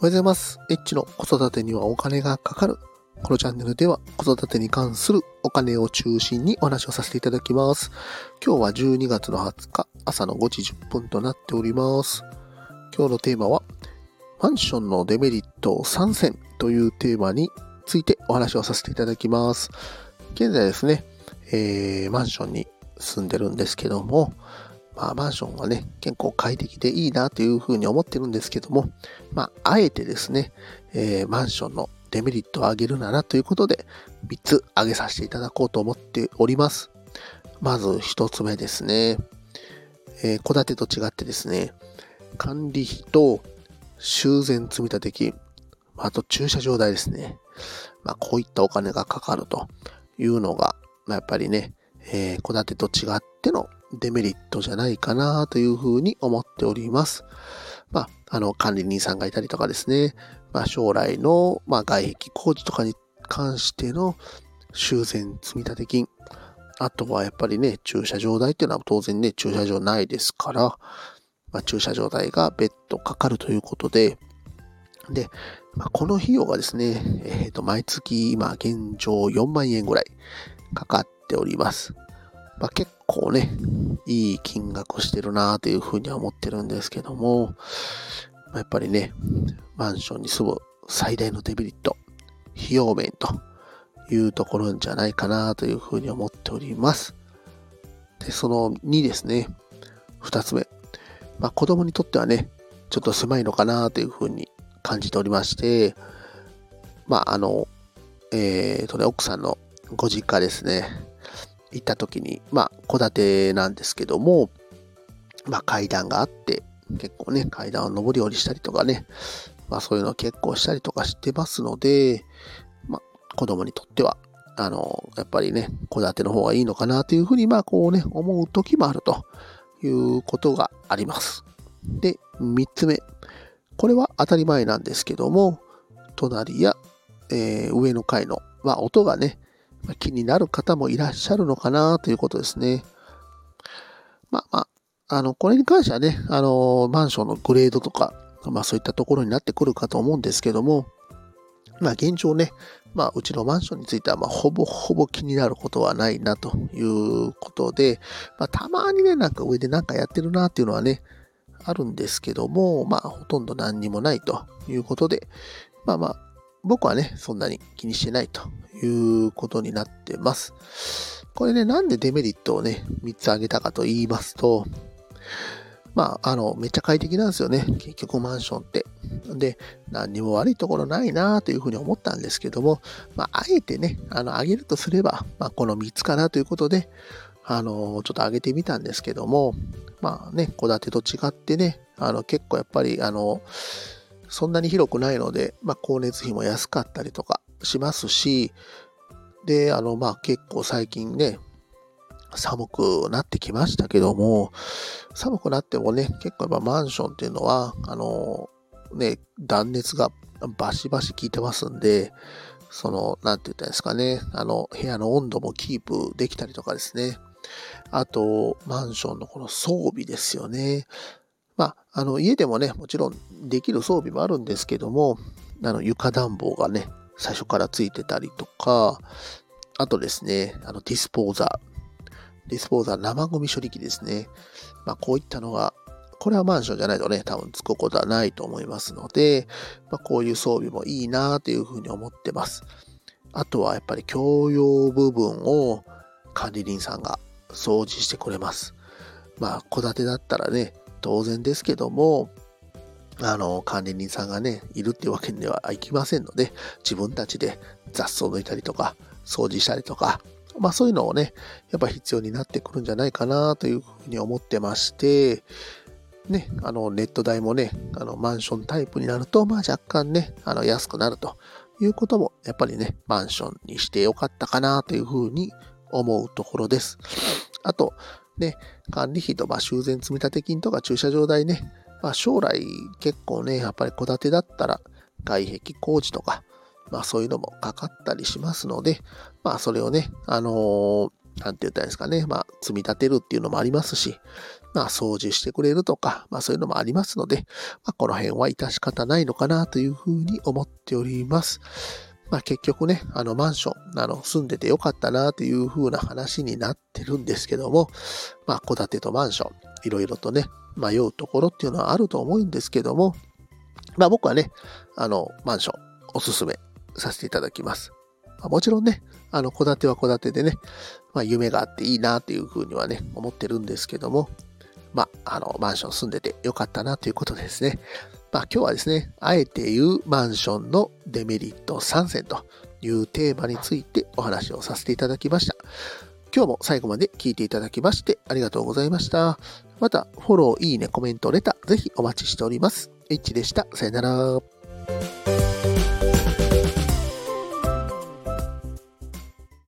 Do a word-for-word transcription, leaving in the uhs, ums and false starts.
おはようございます。エッチの子育てにはお金がかかる。このチャンネルでは子育てに関するお金を中心にお話をさせていただきます。今日はじゅうにがつのはつか朝のごじじゅっぷんとなっております。今日のテーマはマンションのデメリットさんせんというテーマについてお話をさせていただきます。現在ですね、えー、マンションに住んでるんですけども、まあ、マンションはね、結構快適でいいなというふうに思ってるんですけども、まあ、あえてですね、えー、マンションのデメリットを上げるならということで、みっつ挙げさせていただこうと思っております。まずひとつめですね、えー、戸建てと違ってですね、管理費と修繕積立金、あと駐車場代ですね。まあ、こういったお金がかかるというのが、まあ、やっぱりね、えー、戸建てと違ってのデメリットじゃないかなというふうに思っております。まあ、あの、管理人さんがいたりとかですね、まあ、将来の、まあ、外壁工事とかに関しての修繕積立金、あとはやっぱりね、駐車場代っていうのは当然ね、駐車場ないですから、まあ、駐車場代が別途かかるということで、で、まあ、この費用がですね、えっと、毎月今現状よんまんえんぐらいかかっております。まあ、結構ね、いい金額してるなというふうには思ってるんですけども、まあ、やっぱりね、マンションに住む最大のデメリット、費用面というところじゃないかなというふうに思っております。で、そのにですね、ふたつめ、まあ、子供にとってはね、ちょっと狭いのかなというふうに感じておりまして、まあ、あの、えーとね、奥さんのご実家ですね、行った時に、まあ、戸建てなんですけども、まあ、階段があって、結構ね、階段を上り下りしたりとかね、まあ、そういうのを結構したりとかしてますので、まあ、子供にとっては、あの、やっぱりね、戸建ての方がいいのかなというふうに、まあ、こうね、思う時もあるということがあります。で、みっつめ。これは当たり前なんですけども、隣や、えー、上の階の、まあ、音がね、気になる方もいらっしゃるのかなということですね。まあまあ、あの、これに関してはね、あの、マンションのグレードとか、まあそういったところになってくるかと思うんですけども、まあ現状ね、まあうちのマンションについては、まあほぼほぼ気になることはないなということで、まあたまにね、なんか上でなんかやってるなっていうのはね、あるんですけども、まあほとんど何にもないということで、まあまあ、僕はね、そんなに気にしてないということになってます。これね、なんでデメリットをね、みっつ挙げたかと言いますと、まあ、あの、めっちゃ快適なんですよね。結局マンションって。で、何にも悪いところないなというふうに思ったんですけども、まあ、あえてね、あの、挙げるとすれば、まあ、このみっつかなということで、あの、ちょっと挙げてみたんですけども、まあね、戸建てと違ってね、あの、結構やっぱり、あの、そんなに広くないので、まあ、光熱費も安かったりとかしますし、で、あの、まあ、結構最近ね、寒くなってきましたけども、寒くなってもね、結構やっぱマンションっていうのは、あの、ね、断熱がバシバシ効いてますんで、その、なんて言ったんですかね、あの、部屋の温度もキープできたりとかですね。あと、マンションのこの装備ですよね。まあ、あの、家でもね、もちろんできる装備もあるんですけども、あの、床暖房がね、最初からついてたりとか、あとですね、あの、ディスポーザー。ディスポーザー生ゴミ処理機ですね。まあ、こういったのが、これはマンションじゃないとね、多分つくことはないと思いますので、まあ、こういう装備もいいなというふうに思ってます。あとはやっぱり共用部分を管理人さんが掃除してくれます。まあ、戸建てだったらね、当然ですけども、あの、管理人さんがね、いるっていうわけにはいきませんので、自分たちで雑草抜いたりとか、掃除したりとか、まあそういうのをね、やっぱ必要になってくるんじゃないかなというふうに思ってまして、ね、あの、ネット代もね、あの、マンションタイプになると、まあ若干ね、あの、安くなるということも、やっぱりね、マンションにしてよかったかなというふうに思うところです。あと、ね、管理費と、まあ修繕積立金とか駐車場代ね、まあ将来結構ね、やっぱり戸建てだったら外壁工事とか、まあそういうのもかかったりしますので、まあそれをね、あのーなんて言ったらいいですかね、まあ、積み立てるっていうのもありますし、まあ、掃除してくれるとか、まあ、そういうのもありますので、まあ、この辺は致し方ないのかなというふうに思っております。まあ、結局ね、あの、マンション、あの、住んでてよかったなというふうな話になってるんですけども、まあ、戸建てとマンション、いろいろとね、迷うところっていうのはあると思うんですけども、まあ、僕はね、あの、マンション、おすすめさせていただきます。まあ、もちろんね、あの、戸建ては戸建てでね、まあ、夢があっていいなというふうにはね、思ってるんですけども、まあ、あの、マンション住んでてよかったなということですね。まあ、今日はですね、あえて言うマンションのデメリットさん選というテーマについてお話をさせていただきました。今日も最後まで聞いていただきましてありがとうございました。また、フォロー、いいね、コメント、レター、ぜひお待ちしております。エッチでした。さよなら。